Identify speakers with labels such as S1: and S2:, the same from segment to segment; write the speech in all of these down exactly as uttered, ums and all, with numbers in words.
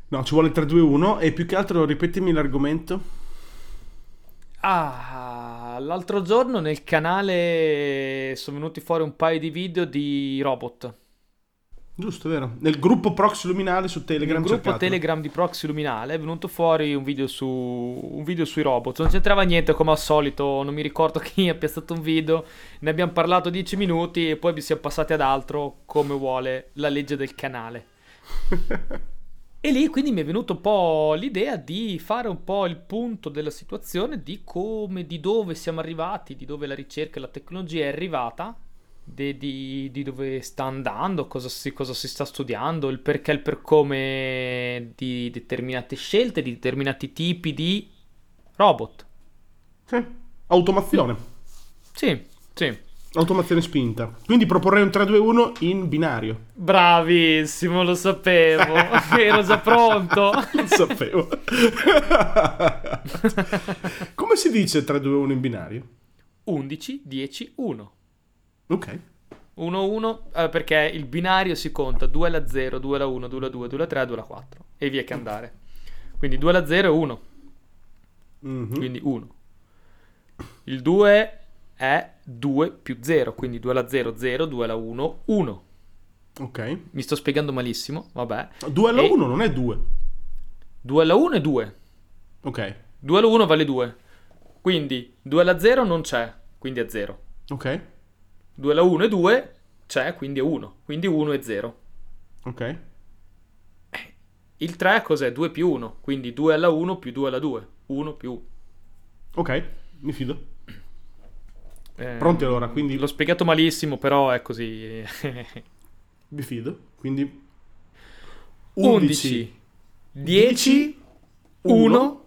S1: No, ci vuole tre due uno e più che altro ripetimi l'argomento.
S2: Ah, l'altro giorno nel canale sono venuti fuori un paio di video di robot.
S1: Giusto, vero? Nel gruppo Proxy Luminale su
S2: Nel
S1: Telegram,
S2: gruppo
S1: cercatelo.
S2: Telegram di Proxy Luminale è venuto fuori un video su un video sui robot. Non c'entrava niente come al solito, non mi ricordo chi ha piazzato un video. Ne abbiamo parlato dieci minuti e poi siamo passati ad altro, come vuole la legge del canale. E lì quindi mi è venuto un po' l'idea di fare un po' il punto della situazione, di come, di dove siamo arrivati, di dove la ricerca e la tecnologia è arrivata, di, di- di dove sta andando, cosa si, cosa si sta studiando, il perché e il per come di determinate scelte, di determinati tipi di robot.
S1: Sì. Automazione.
S2: Sì, sì.
S1: Automazione spinta. Quindi proporrei un tre due uno in binario.
S2: Bravissimo, lo sapevo, ero già pronto.
S1: Lo sapevo. Come si dice tre due uno in binario?
S2: undici, dieci, uno.
S1: Ok.
S2: uno uno eh, perché il binario si conta due alla zero, due alla uno, due alla due, due alla tre, due alla quattro e via che andare. Quindi due alla zero è uno,
S1: Mhm.
S2: quindi uno. Il due è due più zero, quindi due alla zero, zero, due alla uno, uno.
S1: Ok.
S2: Mi sto spiegando malissimo, vabbè.
S1: due alla
S2: E
S1: uno non è due.
S2: due alla uno è due,
S1: Ok.
S2: due alla uno vale due, quindi due alla zero non c'è, quindi è zero.
S1: Ok.
S2: due alla uno è due, c'è, quindi è uno, quindi uno è zero.
S1: Ok.
S2: Il tre cos'è? due più uno, quindi due alla uno più due alla due, uno più uno.
S1: Ok. Mi fido.
S2: Eh,
S1: Pronti allora, quindi
S2: L'ho spiegato malissimo, però è così.
S1: mi fido. Quindi
S2: undici, dieci,
S1: dieci,
S2: uno.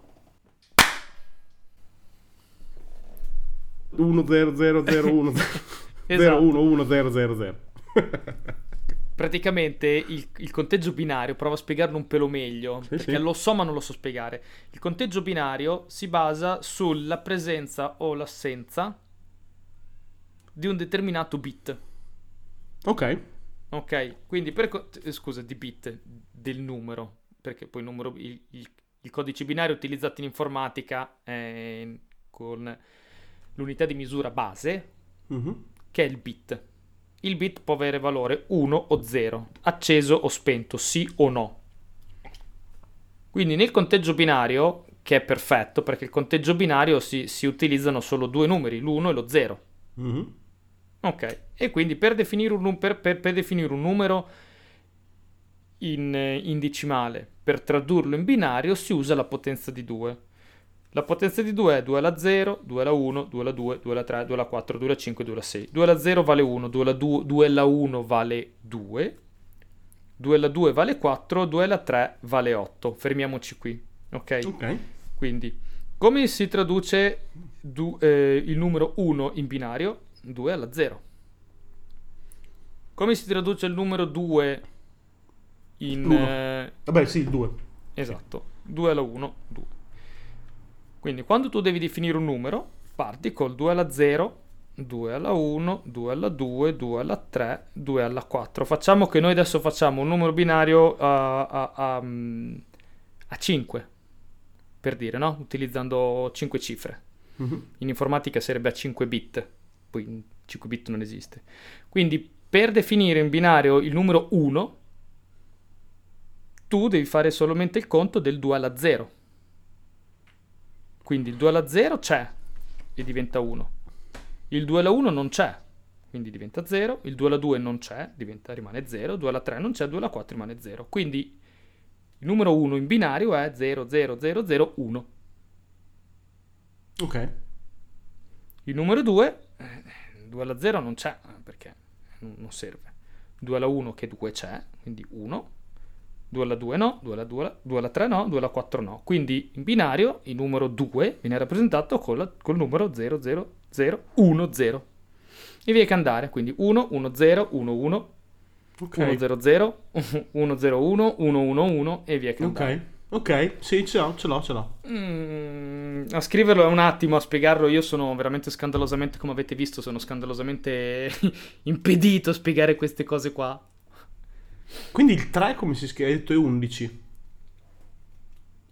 S1: uno zero zero zero uno zero
S2: Esatto.
S1: uno uno zero zero zero.
S2: Praticamente il, il conteggio binario, provo a spiegarlo un pelo meglio,
S1: Sì,
S2: perché
S1: sì.
S2: lo so ma non lo so spiegare. Il conteggio binario si basa sulla presenza o l'assenza di un determinato bit.
S1: Ok.
S2: Ok, quindi per co- eh, scusa, di bit del numero, perché poi il numero il, il- il codice binario utilizzato in informatica è con l'unità di misura base,
S1: Mhm.
S2: che è il bit. Il bit può avere valore uno o zero, acceso o spento, sì o no. Quindi nel conteggio binario, che è perfetto, perché il conteggio binario si, si utilizzano solo due numeri, l'uno e lo zero.
S1: Mhm.
S2: Ok, e quindi per definire un, nu- per- per- per definire un numero in, eh, in decimale, per tradurlo in binario si usa la potenza di due. La potenza di due è due alla zero, due alla uno, due alla due, due alla tre, due alla quattro, due alla cinque, due alla sei. due alla zero vale uno, due alla due, due alla uno vale due, due alla due vale quattro, due alla tre vale otto. Fermiamoci qui, ok?
S1: Ok.
S2: Quindi, come si traduce du- eh, il numero uno in binario? due alla zero. Come si traduce il numero due in...
S1: L'uno.
S2: eh,
S1: Vabbè, sì, il due.
S2: esatto, due alla uno, due. Quindi quando tu devi definire un numero, parti col due alla zero, due alla uno, due alla due, due alla tre, due alla quattro. Facciamo che noi adesso facciamo un numero binario a, a, a, mm, a cinque, per dire, no? Utilizzando cinque cifre.
S1: Mhm.
S2: In informatica sarebbe a cinque bit, poi cinque bit non esiste. Quindi per definire in binario il numero uno, tu devi fare solamente il conto del due alla zero. Quindi il due alla zero c'è e diventa uno. Il due alla uno non c'è, quindi diventa zero. Il due alla due non c'è, diventa, rimane zero. due alla tre non c'è, due alla quattro rimane zero. Quindi il numero uno in binario è zero zero zero zero uno.
S1: Ok.
S2: Il numero due, eh, due alla zero non c'è, eh, perché non non serve. due alla uno che due c'è, quindi uno. due alla due no, due alla due, due alla tre no, due alla quattro no. Quindi in binario il numero due viene rappresentato con la- col numero zero zero zero uno zero. E via che andare, quindi uno uno zero uno uno
S1: Ok.
S2: uno zero zero uno zero uno uno uno uno e via che andare.
S1: Ok. Ok. Sì, ce l'ho, ce l'ho, ce l'ho.
S2: Mm, a scriverlo è un attimo, a spiegarlo io sono veramente scandalosamente, come avete visto, sono scandalosamente impedito a spiegare queste cose qua.
S1: Quindi il tre come si scrive? Hai detto è undici.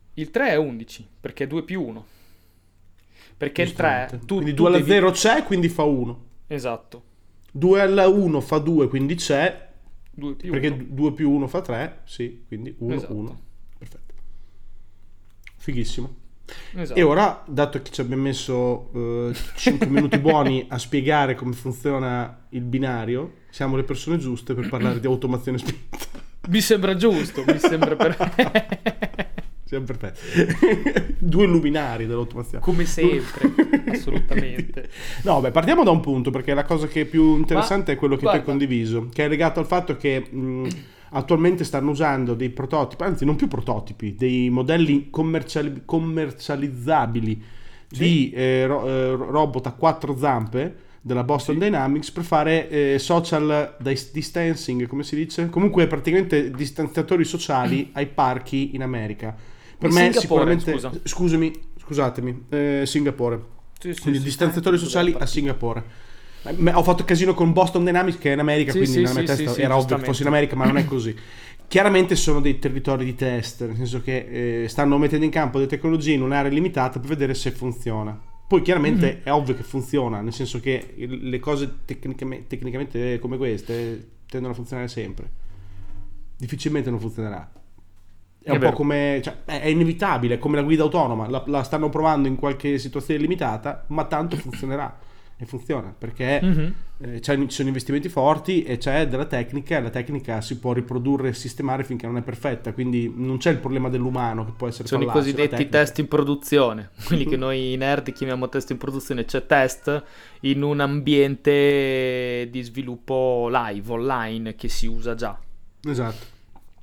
S2: Il tre è undici, perché è due più uno. Perché il tre...
S1: Giustamente.
S2: Tu,
S1: quindi
S2: tu
S1: due alla
S2: devi-
S1: zero c'è, quindi fa uno.
S2: Esatto.
S1: due alla uno fa due, quindi c'è.
S2: due più
S1: Perché
S2: uno.
S1: due più uno fa tre, sì, quindi uno,
S2: Esatto.
S1: uno. Perfetto. Fighissimo.
S2: Esatto.
S1: E ora, dato che ci abbiamo messo cinque minuti buoni a spiegare come funziona il binario, siamo le persone giuste per parlare di automazione spinta.
S2: Mi sembra giusto, mi sembra per...
S1: Siamo perfetti. Due luminari dell'automazione.
S2: Come sempre, assolutamente.
S1: No, beh, partiamo da un punto, perché la cosa che è più interessante
S2: Ma,
S1: è quello che tu
S2: guarda.
S1: hai condiviso, che è legato al fatto che mh, attualmente stanno usando dei prototipi, anzi non più prototipi, dei modelli commerciali- commercializzabili di eh, ro- eh, robot a quattro zampe della Boston
S2: Sì.
S1: Dynamics per fare eh, social dis- distancing, come si dice? Comunque praticamente distanziatori sociali ai parchi in America. Per
S2: In
S1: me
S2: Singapore,
S1: sicuramente,
S2: scusa.
S1: scusami, scusatemi, eh, Singapore.
S2: Sì, sì,
S1: Quindi
S2: sì.
S1: distanziatori
S2: Eh,
S1: sociali
S2: dov'è
S1: a Singapore. Eh, Ho fatto casino con Boston Dynamics che è in America,
S2: Sì,
S1: quindi
S2: sì,
S1: nella mia
S2: sì,
S1: testa
S2: sì, sì,
S1: era ovvio che
S2: giustamente.
S1: fosse in America, ma non è così. Chiaramente sono dei territori di test, nel senso che eh, stanno mettendo in campo delle tecnologie in un'area limitata per vedere se funziona. Poi chiaramente
S2: Mm-hmm.
S1: è ovvio che funziona, nel senso che il- le cose tecnicamente, tecnicamente come queste tendono a funzionare sempre. Difficilmente non funzionerà. È,
S2: È
S1: un
S2: vero.
S1: po' come, cioè, è inevitabile, è come la guida autonoma, la, la stanno provando in qualche situazione limitata, ma tanto funzionerà. E funziona perché
S2: Mhm.
S1: eh, c'è- ci sono investimenti forti e c'è della tecnica, e la tecnica si può riprodurre e sistemare finché non è perfetta, quindi non c'è il problema dell'umano che può essere
S2: Sono i
S1: fallace, la
S2: cosiddetti
S1: tecnica.
S2: test in produzione, quelli che noi nerd chiamiamo test in produzione. C'è test in un ambiente di sviluppo live, online, che si usa già.
S1: Esatto.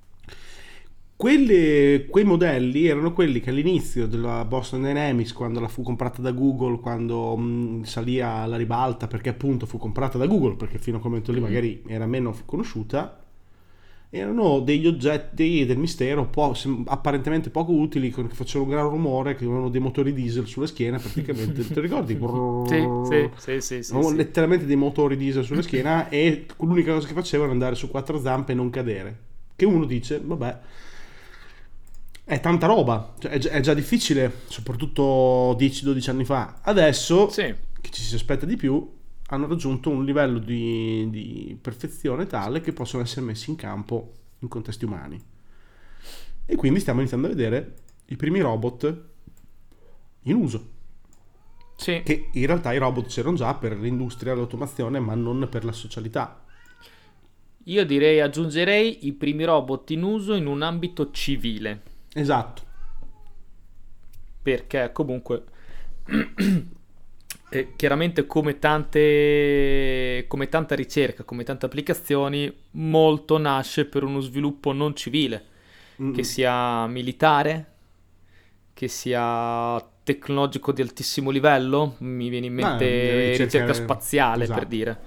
S1: Quelle- quei modelli erano quelli che all'inizio della Boston Dynamics, quando la fu comprata da Google, quando mh, salì alla ribalta, perché appunto fu comprata da Google, perché fino a quel momento lì magari era meno conosciuta, erano degli oggetti del mistero po- sem- apparentemente poco utili, con- che facevano un gran rumore, che avevano dei motori diesel sulla schiena praticamente, ti ricordi?
S2: Sì, sì, sì, sì, sì,
S1: Avevano
S2: sì.
S1: letteralmente dei motori diesel sulla schiena e l'unica cosa che facevano era andare su quattro zampe e non cadere. Che uno dice, vabbè, è tanta roba, cioè, è, già, è già difficile, soprattutto dieci dodici anni fa. Adesso,
S2: Sì.
S1: che ci si aspetta di più, hanno raggiunto un livello di, di perfezione tale che possono essere messi in campo in contesti umani. E quindi stiamo iniziando a vedere i primi robot in uso.
S2: Sì.
S1: Che in realtà i robot c'erano già per l'industria, l'automazione, ma non per la socialità.
S2: Io direi, aggiungerei i primi robot in uso in un ambito civile,
S1: Esatto.
S2: perché comunque eh, chiaramente come tante come tanta ricerca, come tante applicazioni, molto nasce per uno sviluppo non civile,
S1: Mm.
S2: che sia militare, che sia tecnologico di altissimo livello, mi viene in mente
S1: Ah, ricerca-
S2: ricerca spaziale,
S1: esatto.
S2: per dire.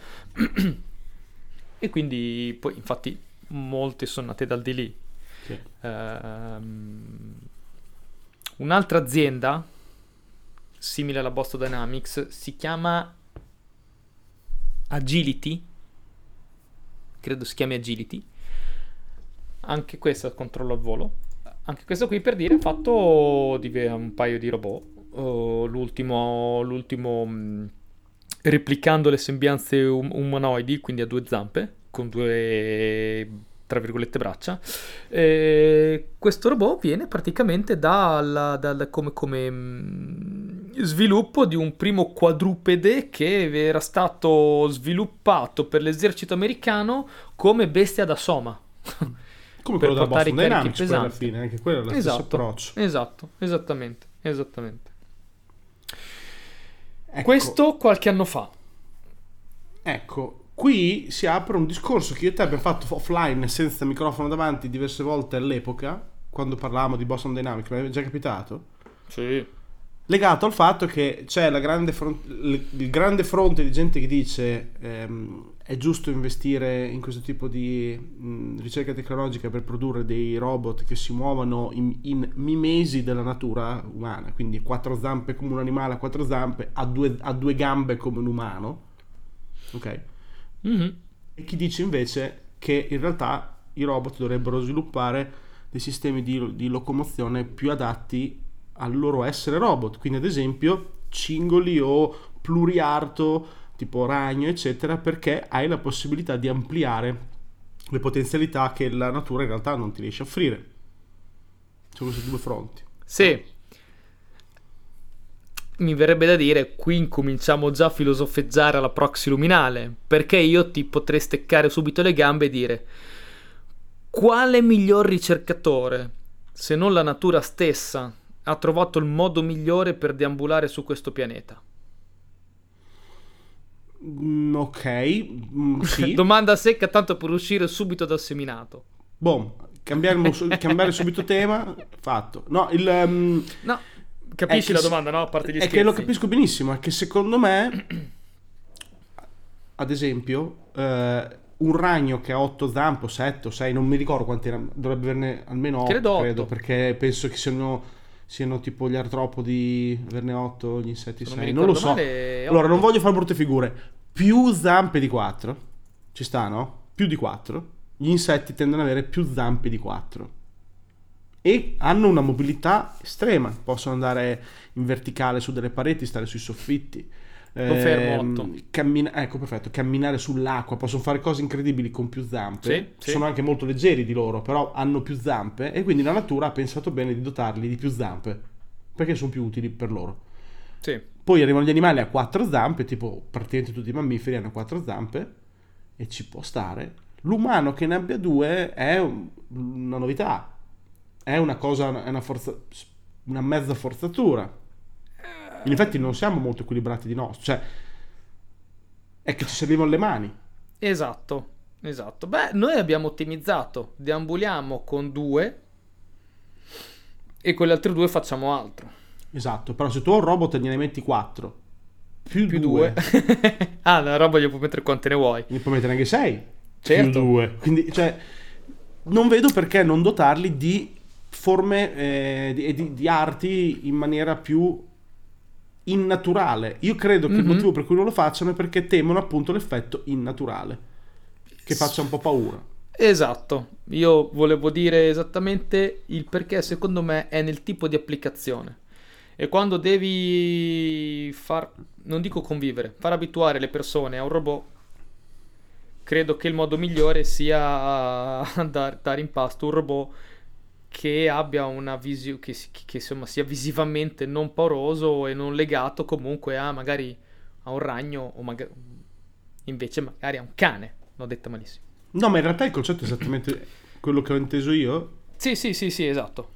S2: E quindi poi infatti molte sono nate dal di lì.
S1: Sì.
S2: Ehm, un'altra azienda simile alla Boston Dynamics si chiama Agility, credo si chiami Agility, anche questa controllo al volo, anche questo qui per dire ha fatto di- un paio di robot. Oh, l'ultimo l'ultimo mh, replicando le sembianze um- umanoidi, quindi a due zampe con due tra virgolette braccia. E questo robot viene praticamente dal, dal- come, come mh, sviluppo di un primo quadrupede che era stato sviluppato per l'esercito americano come bestia da soma.
S1: Come
S2: Per
S1: quello della
S2: portare
S1: Boston
S2: i carichi
S1: Dynamics, poi alla
S2: pesanti.
S1: fine, anche quello è lo stesso
S2: Esatto,
S1: approccio.
S2: esatto, esattamente, esattamente.
S1: Ecco,
S2: Questo qualche anno fa.
S1: ecco, qui si apre un discorso che io e te abbiamo fatto offline senza microfono davanti diverse volte all'epoca, quando parlavamo di Boston Dynamics, mi è già capitato,
S2: Sì.
S1: legato al fatto che c'è la grande front- il il grande fronte di gente che dice ehm, è giusto investire in questo tipo di mh, ricerca tecnologica per produrre dei robot che si muovono in, in mimesi della natura umana, quindi quattro zampe come un animale a quattro zampe, a due, a due gambe come un umano, ok?
S2: Mhm.
S1: E chi dice invece che in realtà i robot dovrebbero sviluppare dei sistemi di, di locomozione più adatti al loro essere robot. Quindi ad esempio cingoli o pluriarto tipo ragno eccetera, perché hai la possibilità di ampliare le potenzialità che la natura in realtà non ti riesce a offrire. Sono questi due fronti.
S2: Sì, mi verrebbe da dire, qui incominciamo già a filosofeggiare alla proxy luminale, perché io ti potrei steccare subito le gambe e dire: quale miglior ricercatore, se non la natura stessa, ha trovato il modo migliore per deambulare su questo pianeta?
S1: Mm, ok, mm, sì.
S2: Domanda secca, tanto per uscire subito dal seminato.
S1: Boh, cambiare, cambiare subito tema, fatto. No, il... Um,
S2: no, capisci la
S1: se,
S2: domanda, no? A parte gli
S1: è
S2: scherzi.
S1: che lo capisco benissimo, è che secondo me, ad esempio, eh, un ragno che ha otto zampe, o sette o sei, non mi ricordo quanti erano, dovrebbe averne almeno otto,
S2: credo,
S1: credo,
S2: otto.
S1: Perché penso che siano, siano tipo gli artropodi, averne otto, gli insetti sei,
S2: non,
S1: non lo so.
S2: Male,
S1: allora, non voglio fare brutte figure, più zampe di quattro, ci sta, no? Più di quattro. Gli insetti tendono ad avere più zampe di quattro e hanno una mobilità estrema, possono andare in verticale su delle pareti, stare sui soffitti,
S2: confermo,
S1: eh, cammina- ecco perfetto, camminare sull'acqua, possono fare cose incredibili con più zampe,
S2: sì,
S1: sono
S2: sì.
S1: anche molto leggeri di loro, però hanno più zampe e quindi la natura ha pensato bene di dotarli di più zampe perché sono più utili per loro.
S2: Sì.
S1: Poi arrivano gli animali a quattro zampe, tipo praticamente tutti i mammiferi hanno quattro zampe e ci può stare. L'umano che ne abbia due è una novità, è una cosa, è una forza, una mezza forzatura. In effetti non siamo molto equilibrati di nostro, cioè è che ci servivano le mani.
S2: Esatto, esatto. Beh, noi abbiamo ottimizzato, deambuliamo con due e con le altre due facciamo altro.
S1: Esatto, però se tu hai un robot e gliene metti quattro più,
S2: più
S1: due,
S2: due. Ah, la roba gli puoi mettere quante ne vuoi.
S1: ne puoi mettere anche sei.
S2: Certo.
S1: Più due. Quindi, cioè, non vedo perché non dotarli di forme e eh, di, di, di arti in maniera più innaturale. Io credo che mm-hmm. il motivo per cui non lo facciano è perché temono appunto l'effetto innaturale, che faccia un po' paura.
S2: Esatto, io volevo dire esattamente il perché, secondo me è nel tipo di applicazione. E quando devi far, non dico convivere, far abituare le persone a un robot, credo che il modo migliore sia dare in pasto un robot che abbia una visione, che, che, che insomma sia visivamente non pauroso e non legato comunque a magari a un ragno o magari invece magari a un cane, l'ho detta malissimo.
S1: No, ma in realtà il concetto è esattamente quello che ho inteso io.
S2: Sì, sì, sì, sì, esatto.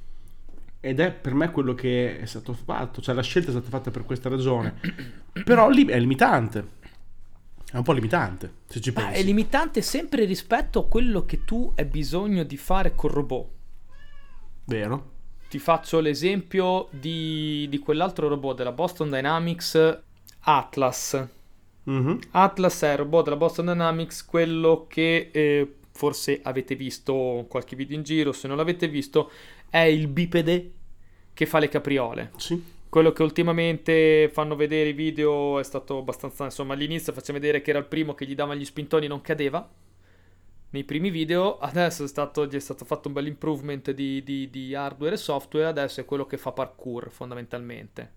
S1: Ed è per me quello che è stato fatto, cioè la scelta è stata fatta per questa ragione. Però lì è limitante. È un po' limitante, se ci pensi.
S2: Ah, è limitante sempre rispetto a quello che tu hai bisogno di fare col robot.
S1: Vero.
S2: Ti faccio l'esempio di, di quell'altro robot della Boston Dynamics, Atlas.
S1: Mm-hmm.
S2: Atlas è il robot della Boston Dynamics, quello che eh, forse avete visto qualche video in giro, se non l'avete visto, è il bipede che fa le capriole.
S1: Sì.
S2: Quello che ultimamente fanno vedere i video è stato abbastanza, insomma, all'inizio faceva vedere che era il primo che gli davano gli spintoni e non cadeva nei primi video, adesso è stato, gli è stato fatto un bel improvement di, di, di hardware e software, adesso è quello che fa parkour fondamentalmente.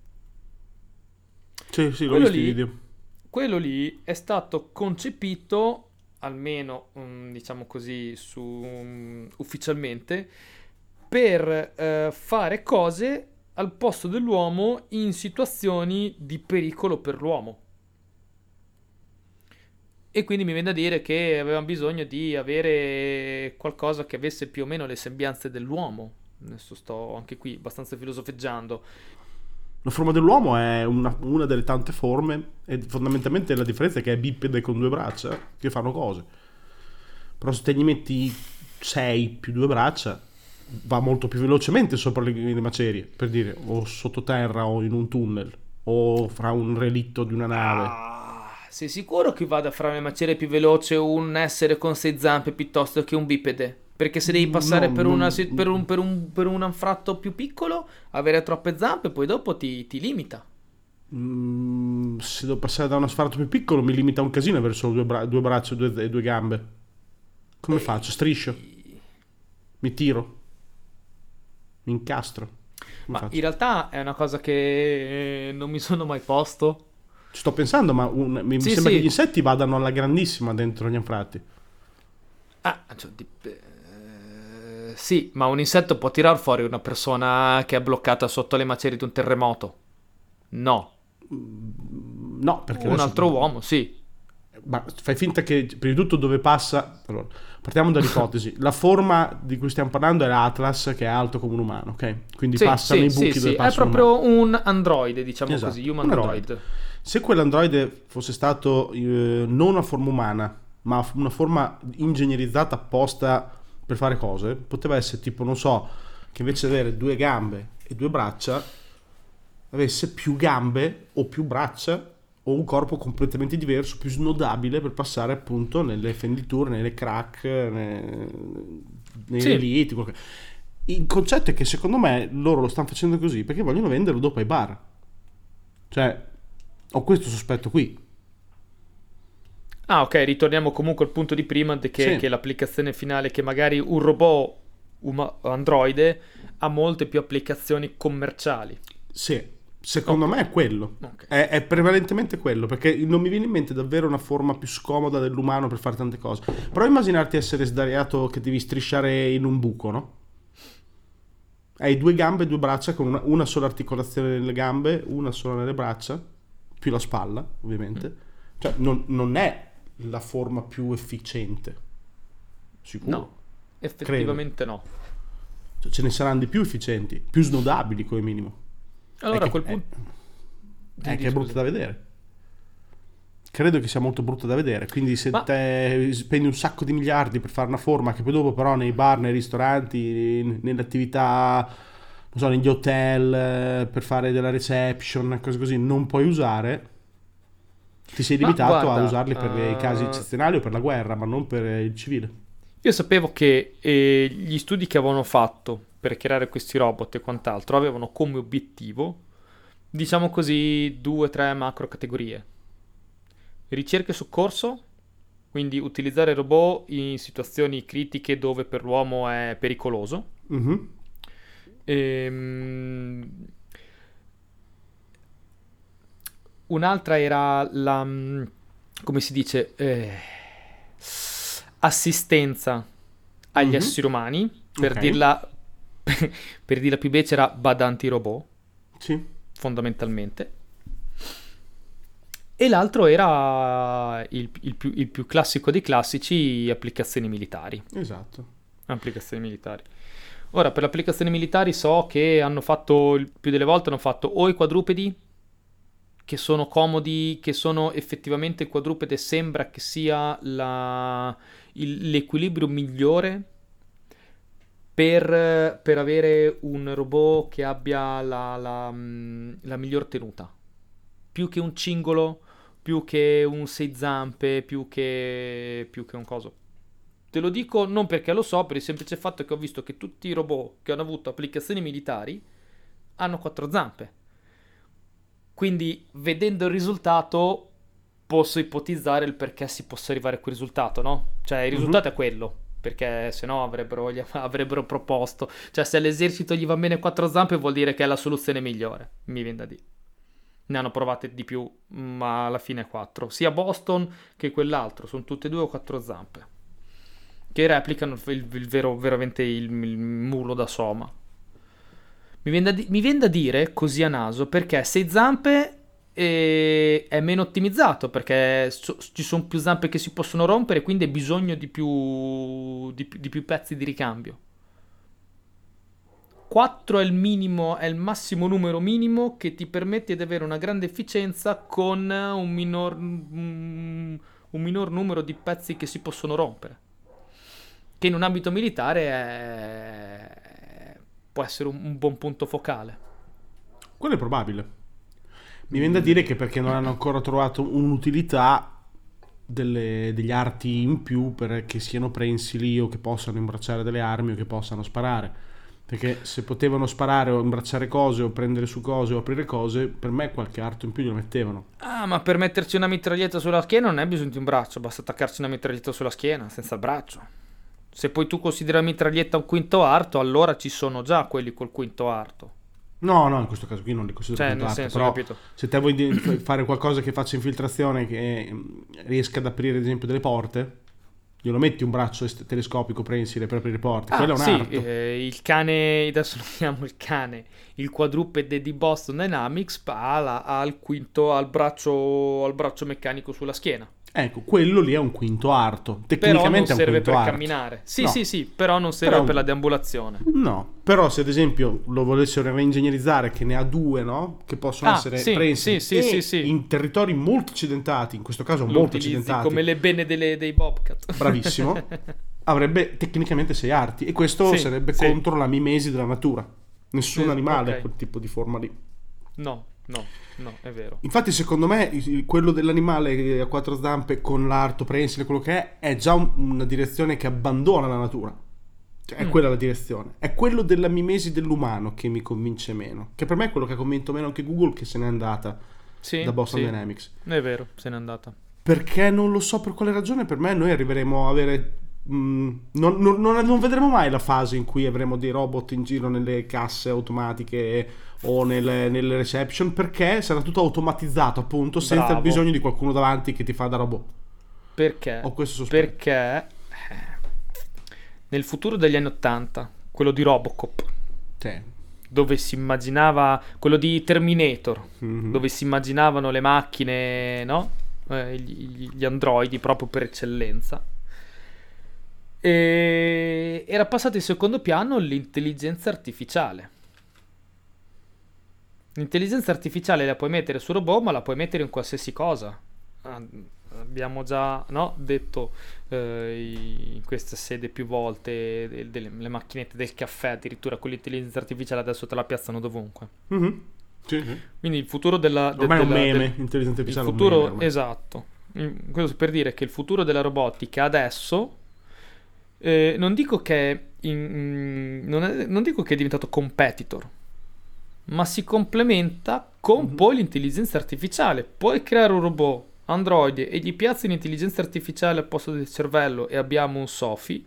S1: Sì, sì, l'ho
S2: quello
S1: visto
S2: lì,
S1: i video.
S2: Quello lì è stato concepito, almeno um, diciamo così, su, um, ufficialmente, per uh, fare cose al posto dell'uomo in situazioni di pericolo per l'uomo. E quindi mi viene da dire che avevano bisogno di avere qualcosa che avesse più o meno le sembianze dell'uomo. Adesso sto anche qui abbastanza filosofeggiando.
S1: La forma dell'uomo è una, una delle tante forme e fondamentalmente la differenza è che è bipede con due braccia che fanno cose. Però se te gli metti sei più due braccia va molto più velocemente sopra le, le macerie, per dire, o sottoterra o in un tunnel o fra un relitto di una nave.
S2: Ah, sei sicuro che vada fra le macerie più veloce un essere con sei zampe piuttosto che un bipede? Perché se devi passare no, per,
S1: non...
S2: una, per, un, per, un, per un anfratto più piccolo, avere troppe zampe poi dopo ti, ti limita.
S1: Mm, se devo passare da un anfratto più piccolo mi limita un casino avere solo due, bra- due braccia e due, due gambe. Come e... faccio? Striscio? Mi tiro? mi incastro. Come
S2: Ma
S1: faccio?
S2: in realtà è una cosa che eh, non mi sono mai posto.
S1: Ci sto pensando, ma un- mi
S2: Sì,
S1: sembra
S2: sì.
S1: che gli insetti vadano alla grandissima dentro gli anfratti.
S2: Ah, cioè, dip- eh, sì, ma un insetto può tirar fuori una persona che è bloccata sotto le macerie di un terremoto? No.
S1: No, perché
S2: Un
S1: adesso...
S2: altro uomo, sì.
S1: Ma fai finta che, prima di tutto, dove passa... Allora, partiamo dall'ipotesi. La forma di cui stiamo parlando è l'Atlas, che è alto come un umano, ok? Quindi
S2: Sì,
S1: passano
S2: sì,
S1: i
S2: sì,
S1: buchi
S2: sì.
S1: dove
S2: È
S1: passa un umano.
S2: proprio un androide, diciamo
S1: Esatto,
S2: così, human
S1: un
S2: android.
S1: android. Se quell'androide fosse stato eh, non una forma umana, ma una forma ingegnerizzata apposta per fare cose, poteva essere tipo, non so, che invece di avere due gambe e due braccia, avesse più gambe o più braccia o un corpo completamente diverso, più snodabile per passare appunto nelle fenditure, nelle crack, ne- nei
S2: Sì.
S1: relitti. quel che- Il concetto è che secondo me loro lo stanno facendo così perché vogliono venderlo dopo ai bar. Cioè, ho questo sospetto qui.
S2: Ah, ok, ritorniamo comunque al punto di prima de- che,
S1: Sì.
S2: che l'applicazione finale, che magari un robot uma- androide ha molte più applicazioni commerciali.
S1: Sì, secondo
S2: Ok.
S1: me è quello.
S2: Ok.
S1: È, è prevalentemente quello, perché non mi viene in mente davvero una forma più scomoda dell'umano per fare tante cose. Però immaginarti essere sdraiato che devi strisciare in un buco, no? Hai due gambe e due braccia con una, una sola articolazione nelle gambe, una sola nelle braccia, più la spalla, ovviamente. Cioè, non, non è la forma più efficiente. Sicuro.
S2: No, effettivamente no.
S1: Cioè, ce ne saranno di più efficienti, più snodabili come minimo.
S2: Allora
S1: È
S2: a
S1: che-
S2: quel punto...
S1: È
S2: Di-
S1: che è
S2: di-
S1: brutta
S2: scusa.
S1: da vedere. Credo che sia molto brutta da vedere. Quindi, se
S2: Ma-
S1: te spendi un sacco di miliardi per fare una forma che poi dopo, però, nei bar, nei ristoranti, nelle attività, non so, negli hotel, eh, per fare della reception, cose così, non puoi usare, ti sei
S2: Ma
S1: limitato a
S2: guarda,
S1: usarli per i casi
S2: eh,
S1: eccezionali o per la guerra, ma non per il civile.
S2: Io sapevo che eh, gli studi che avevano fatto per creare questi robot e quant'altro avevano come obiettivo, diciamo così, due o tre macro categorie. Ricerca e soccorso, quindi utilizzare robot in situazioni critiche dove per l'uomo è pericoloso.
S1: Mhm.
S2: Ehm, Un'altra era la, mm, come si dice, eh, assistenza agli
S1: Mhm.
S2: esseri umani, per
S1: Ok.
S2: dirla, per dirla più becera, badanti robot,
S1: Sì,
S2: fondamentalmente. E l'altro era il, il più, il più classico dei classici, applicazioni militari.
S1: esatto.
S2: Applicazioni militari. Ora, per le applicazioni militari so che hanno fatto, il più delle volte hanno fatto o i quadrupedi, che sono comodi, che sono effettivamente il quadrupede sembra che sia la- il- l'equilibrio migliore per, per avere un robot che abbia la, la, mm, la miglior tenuta. Più che un cingolo, più che un sei zampe, più che, più che un coso. Te lo dico non perché lo so, per il semplice fatto che ho visto che tutti i robot che hanno avuto applicazioni militari hanno quattro zampe. Quindi, vedendo il risultato, posso ipotizzare il perché si possa arrivare a quel risultato, no? Cioè, il risultato è quello, perché se no avrebbero, gli- avrebbero proposto. Cioè, se all'esercito gli va bene quattro zampe, vuol dire che è la soluzione migliore, mi viene da dire. Ne hanno provate di più, ma alla fine quattro. Sia Boston che quell'altro, sono tutte e due o quattro zampe. Che replicano il, il vero, veramente il, il mulo da Soma. Mi viene da, di- mi viene da dire così a naso perché sei zampe eh, è meno ottimizzato perché so- ci sono più zampe che si possono rompere, quindi hai bisogno di più, di, più- di più pezzi di ricambio. quattro è il minimo, è il massimo numero minimo che ti permette di avere una grande efficienza con un minor, un un minor numero di pezzi che si possono rompere. Che in un ambito militare è- può essere un, un buon punto focale.
S1: Quello è probabile. Mi viene da dire che perché non hanno ancora trovato un'utilità delle- degli arti in più per che siano prensili o che possano imbracciare delle armi o che possano sparare. Perché se potevano sparare o imbracciare cose o prendere su cose o aprire cose, per me qualche arto in più glielo mettevano.
S2: Ah, ma per metterci una mitraglietta sulla schiena non hai bisogno di un braccio, basta attaccarci una mitraglietta sulla schiena, senza il braccio. Se poi tu consideri la mitraglietta un quinto arto, allora ci sono già quelli col quinto arto.
S1: No, no, in questo caso qui non li considero
S2: Cioè,
S1: quinto
S2: nel
S1: arto,
S2: senso,
S1: però
S2: capito?
S1: se te vuoi di- fare qualcosa che faccia infiltrazione, che mm, riesca ad aprire ad esempio delle porte, glielo metti un braccio est- telescopico prensile per aprire le porte, quello è
S2: Ah,
S1: un
S2: sì,
S1: arto.
S2: eh, il cane, adesso lo chiamo il cane, il quadrupede di Boston Dynamics ha, la- ha il quinto, al braccio, al braccio meccanico sulla schiena.
S1: Ecco, quello lì è un quinto arto,
S2: Però non
S1: tecnicamente è un
S2: serve
S1: quinto
S2: per
S1: arto.
S2: camminare. Sì,
S1: No.
S2: sì, sì, però non serve
S1: Però-
S2: per la deambulazione.
S1: No, però se ad esempio lo volessero reingegnerizzare, che ne ha due, no? Che possono
S2: Ah,
S1: essere
S2: sì,
S1: prensili
S2: sì, sì,
S1: e
S2: sì, sì.
S1: in territori molto accidentati, in questo caso
S2: Lo
S1: molto
S2: utilizzi
S1: accidentati,
S2: come le bene delle- dei Bobcat.
S1: bravissimo, avrebbe tecnicamente sei arti e questo
S2: Sì,
S1: sarebbe
S2: sì.
S1: contro la mimesi della natura. Nessun
S2: Sì,
S1: animale
S2: ok.
S1: ha quel tipo di forma lì.
S2: No, no, no, è vero.
S1: Infatti secondo me il- quello dell'animale a quattro zampe con l'arto prensile, quello che è, è già un- una direzione che abbandona la natura. Cioè, è
S2: Mm.
S1: quella la direzione. È quello della mimesi dell'umano che mi convince meno. Che per me è quello che ha convinto meno anche Google, che se n'è andata
S2: Sì,
S1: da Boston
S2: sì,
S1: Dynamics.
S2: è vero, se n'è andata.
S1: Perché non lo so per quale ragione, per me noi arriveremo a avere... mh, non, non- non- non vedremo mai la fase in cui avremo dei robot in giro nelle casse automatiche o nelle, nelle reception, perché sarà tutto automatizzato appunto, senza il
S2: Bravo.
S1: bisogno di qualcuno davanti che ti fa da robot.
S2: Perché?
S1: Ho questo sospetto.
S2: Perché eh, nel futuro degli anni Ottanta, quello di Robocop,
S1: Sì.
S2: dove si immaginava, quello di Terminator,
S1: Mhm.
S2: dove si immaginavano le macchine, no? Eh, gli, gli androidi proprio per eccellenza. E era passato in secondo piano l'intelligenza artificiale. L'intelligenza artificiale la puoi mettere su robot, ma la puoi mettere in qualsiasi cosa. Ah, abbiamo già, no, detto eh, in questa sede più volte de- delle le macchinette del caffè, addirittura con l'intelligenza artificiale adesso te la piazzano dovunque.
S1: Mhm. Sì, sì.
S2: Quindi il futuro della... de-
S1: Ormai è un
S2: della-
S1: meme,
S2: del-
S1: intelligenza
S2: il
S1: artificiale è un
S2: futuro,
S1: meme ormai.
S2: esatto. Mm, Questo per dire che il futuro della robotica adesso eh, non dico che è in- mm, non, è- non dico che è diventato competitor, ma si complementa con
S1: Mhm.
S2: poi l'intelligenza artificiale. Puoi creare un robot Android e gli piazzi l'intelligenza artificiale al posto del cervello e abbiamo un Sophie.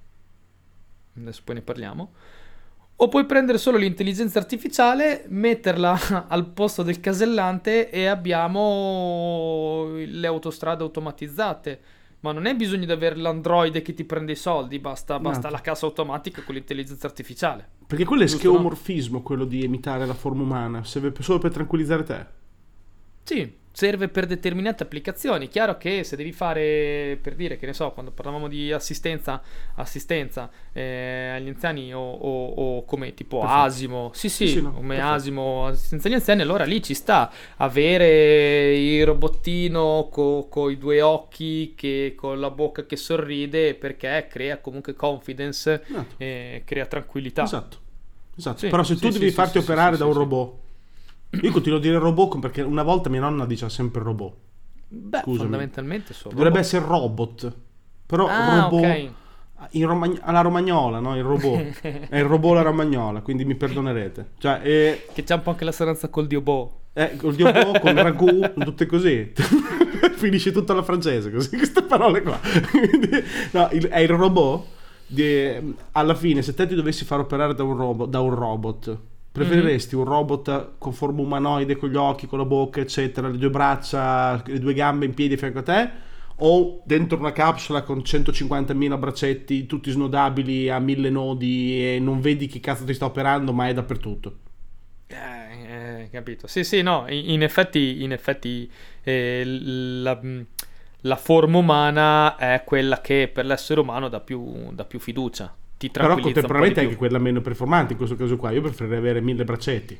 S2: Adesso poi ne parliamo. O puoi prendere solo l'intelligenza artificiale, metterla al posto del casellante e abbiamo le autostrade automatizzate. Ma non hai bisogno di avere l'androide che ti prende i soldi, basta, basta
S1: No.
S2: la cassa automatica con l'intelligenza artificiale.
S1: Perché quello è
S2: Giusto, no?
S1: scheomorfismo, quello di imitare la forma umana, serve solo per tranquillizzare te.
S2: Sì, serve per determinate applicazioni. Chiaro che se devi fare, per dire, che ne so, quando parlavamo di assistenza, assistenza eh, agli anziani o, o- o come tipo
S1: Perfetto.
S2: Asimo, sì sì,
S1: Sì, sì, no,
S2: come
S1: perfetto.
S2: Asimo, assistenza agli anziani, allora lì ci sta avere il robottino con i due occhi, che, con la bocca che sorride, perché crea comunque confidence,
S1: Esatto.
S2: e crea tranquillità.
S1: Esatto. Esatto.
S2: Sì,
S1: Però se
S2: sì,
S1: tu
S2: sì,
S1: devi
S2: sì,
S1: farti
S2: sì,
S1: operare
S2: sì,
S1: da
S2: sì,
S1: un
S2: sì.
S1: robot, io continuo a dire robot perché una volta mia nonna diceva sempre robot.
S2: Beh,
S1: Scusami.
S2: fondamentalmente sono
S1: Dovrebbe
S2: robot.
S1: essere robot. Però
S2: Ah,
S1: robot
S2: ok.
S1: in romagn- alla romagnola, no? Il robot. È il robot alla romagnola, quindi mi perdonerete. Cioè, è,
S2: Che c'è un po' anche l'assonanza col dio Bo.
S1: è col dio Bo, con il ragù, tutte così. Finisce tutta la francese così, queste parole qua. Quindi, no, il- è il robot. di- alla fine, se te ti dovessi far operare da un robot, da un robot preferiresti un robot con forma umanoide, con gli occhi, con la bocca, eccetera, le due braccia, le due gambe in piedi a fianco a te? O dentro una capsula con centocinquantamila braccetti, tutti snodabili a mille nodi e non vedi chi cazzo ti sta operando, ma è dappertutto?
S2: Eh, eh, capito. Sì, sì, no, in, in effetti, in effetti eh, la, la forma umana è quella che per l'essere umano dà più, dà più fiducia. Ti
S1: Però
S2: tranquillizza un po'
S1: contemporaneamente è
S2: di
S1: anche
S2: più.
S1: quella meno performante in questo caso qua. Io preferirei avere mille braccetti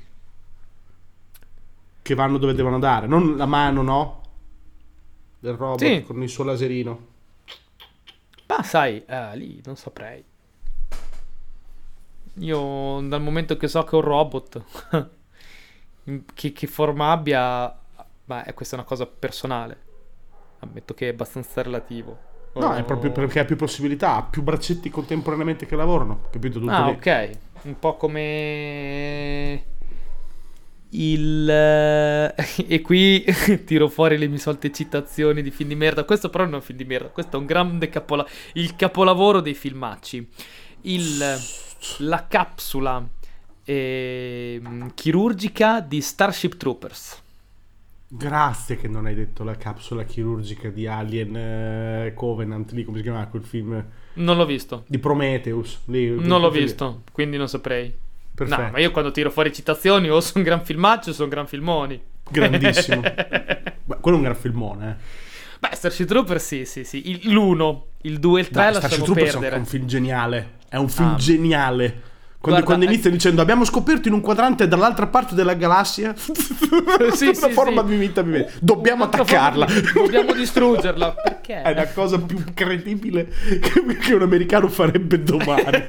S1: che vanno dove devono andare, non la mano, no? Del robot
S2: Sì.
S1: con il suo laserino.
S2: Ma sai, eh, lì non saprei. Io dal momento che so che è un robot, che, che forma abbia, ma è questa è una cosa personale. Ammetto che è abbastanza relativo.
S1: No, è proprio perché ha più possibilità, ha più braccetti contemporaneamente che lavorano, capito? Tutto
S2: Ah,
S1: lì.
S2: ok. Un po' come Il eh, e qui tiro fuori le mie solite citazioni di film di merda. Questo però non è un film di merda, questo è un grande capola- il capolavoro dei filmacci. Il la capsula ehm, chirurgica di Starship Troopers.
S1: Grazie che non hai detto la capsula chirurgica di Alien eh, Covenant, lì come si chiama quel film
S2: Non l'ho visto.
S1: di Prometheus. Lì,
S2: Non l'ho
S1: quel film lì.
S2: visto, quindi non saprei.
S1: Perfetto.
S2: No, ma io quando tiro fuori citazioni o sono gran filmaccio o sono gran filmoni.
S1: Grandissimo. Beh, quello è un gran filmone, eh.
S2: Beh, Starship Troopers sì, sì, sì. Il- L'uno, il due e il tre
S1: Dai,
S2: lasciamo
S1: Starship Troopers
S2: perdere.
S1: è un film geniale. È un film
S2: Ah.
S1: geniale. Quando,
S2: Guarda,
S1: quando inizia
S2: eh-
S1: dicendo abbiamo scoperto in un quadrante dall'altra parte della galassia
S2: Sì,
S1: una
S2: sì,
S1: forma
S2: sì.
S1: vivente vivente. Dobbiamo
S2: Un'altra
S1: attaccarla.
S2: forma di- Dobbiamo distruggerla. Perché?
S1: È la cosa più credibile che, che un americano farebbe domani.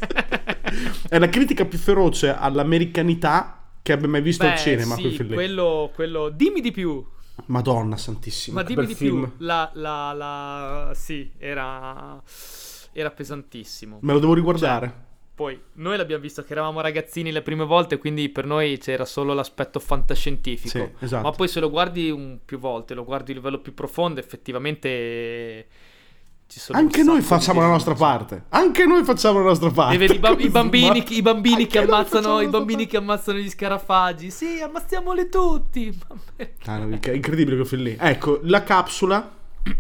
S1: È la critica più feroce all'americanità che abbia mai visto
S2: Beh,
S1: al cinema.
S2: sì,
S1: quel film lì.
S2: quello, quello... Dimmi di più.
S1: Madonna santissima.
S2: Ma
S1: che
S2: dimmi
S1: bel
S2: di
S1: film.
S2: più. La, la, la... Sì, era... Era pesantissimo.
S1: Me lo devo riguardare.
S2: Poi, noi l'abbiamo visto che eravamo ragazzini le prime volte, quindi per noi c'era solo l'aspetto fantascientifico.
S1: Sì, esatto.
S2: Ma poi se lo guardi un, più volte, lo guardi a livello più profondo, effettivamente... Ci sono un
S1: Anche noi
S2: sacco di
S1: facciamo la nostra
S2: differenze.
S1: parte. Anche noi facciamo la nostra parte.
S2: E vedi i, ba- i bambini,
S1: Ma-
S2: i bambini
S1: Anche
S2: che
S1: noi
S2: ammazzano
S1: facciamo
S2: i
S1: la nostra
S2: bambini che ammazzano gli scarafaggi. Sì, ammazziamoli tutti. Ma perché?
S1: Ah, no, è incredibile quel film lì. Ecco, la capsula